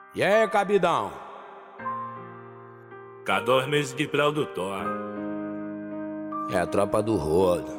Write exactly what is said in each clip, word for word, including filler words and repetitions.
E aí, cabidão? Cá dois meses de produtor. É a tropa do rodo.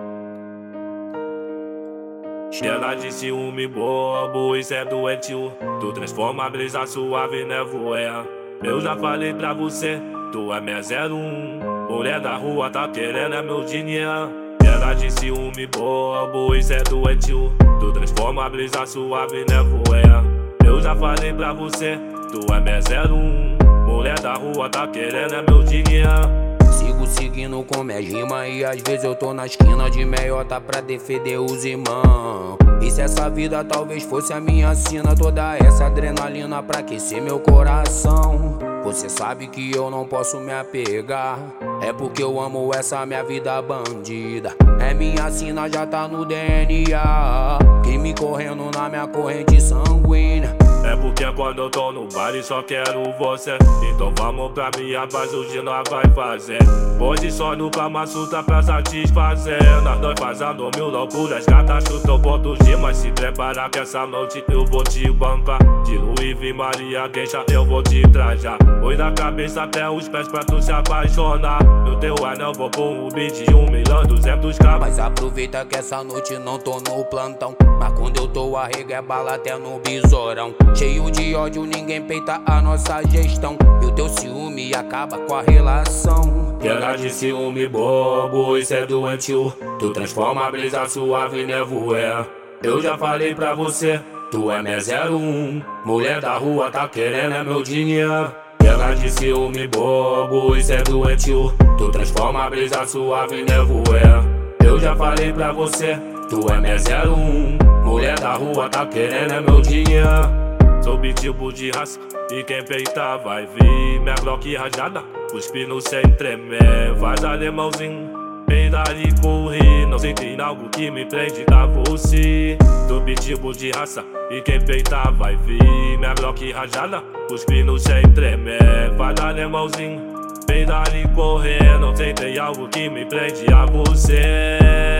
Ela de ciúme bobo, isso é doentio. Tu transforma a brisa suave em nevoeira. Eu já falei pra você, tu é minha zero um. Mulher da rua tá querendo é meu dinheiro. Ela de ciúme bobo, isso é doentio. Tu transforma a brisa suave em nevoeira. Eu já falei pra você, tu é minha zero um. Mulher da rua tá querendo é meu dinheiro. Sigo seguindo com minhas rimas e às vezes eu tô na esquina de meiota pra defender os irmãos. E se essa vida talvez fosse a minha sina, toda essa adrenalina pra aquecer meu coração. Você sabe que eu não posso me apegar, é porque eu amo essa minha vida bandida. É minha sina, já tá no D N A, crime correndo na minha corrente sanguínea. É porque quando eu tô no bar e só quero você, então vamos pra minha base, hoje nós vai fazer. Posicione o Kama Sutra pra satisfazer. Nós dois fazendo mil loucuras, gata chuta, eu boto G. Mas se prepara que essa noite eu vou te bancar. De Louis V, Maria Queixa, eu vou te trajar. Oi da cabeça até os pés pra tu se apaixonar. No teu anel vou pôr um beat de um milhão, duzentos k. Mas aproveita que essa noite não tô no plantão. Mas quando eu tô arrego é bala até no besourão. Cheio de ódio, ninguém peita a nossa gestão. E o teu ciúme acaba com a relação. Ela de ciúme bobo, isso é doentio. Tu transforma a brisa suave em nevoeira. Eu já falei pra você, tu é minha zero um. Mulher da rua tá querendo é meu dinheiro. Ela de ciúme bobo, isso é doentio. Tu transforma a brisa suave em nevoeira. Eu já falei pra você, tu é minha zero um. Mulher da rua tá querendo é meu dinheiro. Sou tipo de raça e quem peitar vai vir. Minha Glock rajada, cuspindo sem tremer. Faz alemãozinho, peidar e correr. Não sei, tem algo que me prende a você. Sou tipo de raça e quem peitar vai vir. Minha Glock rajada, cuspindo sem tremer. Faz alemãozinho, peidar e correr. Não sei, tem algo que me prende a você.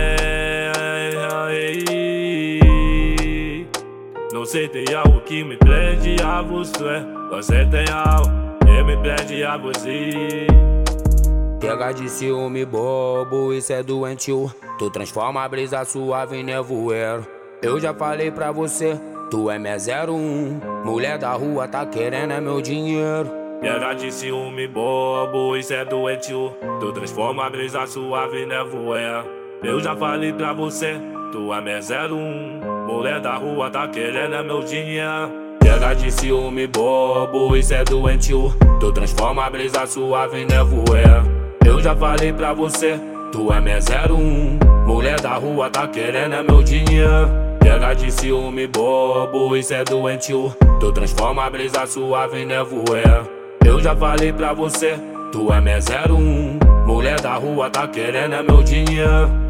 Não sei, tem algo que me prende a você. Você tem algo que me prende a você. Pega de ciúme bobo, isso é doentio. Tu transforma a brisa suave em nevoeiro. Eu já falei pra você, tu é minha zero um. Mulher da rua tá querendo é meu dinheiro. Pega de ciúme bobo, isso é doentio. Tu transforma a brisa suave em nevoeiro. Eu já falei pra você, tu é minha zero um. Mulher da rua tá querendo é meu dinheiro. Pega de ciúme bobo, isso é doentio. Tu transforma a brisa suave em nevoeiro. Eu já falei pra você, tu é minha zero um. Mulher da rua tá querendo é meu dinheiro. Pega de ciúme bobo, isso é doentio. Tu transforma a brisa suave em nevoeiro. Eu já falei pra você, tu é minha zero um. Mulher da rua tá querendo é meu dinheiro.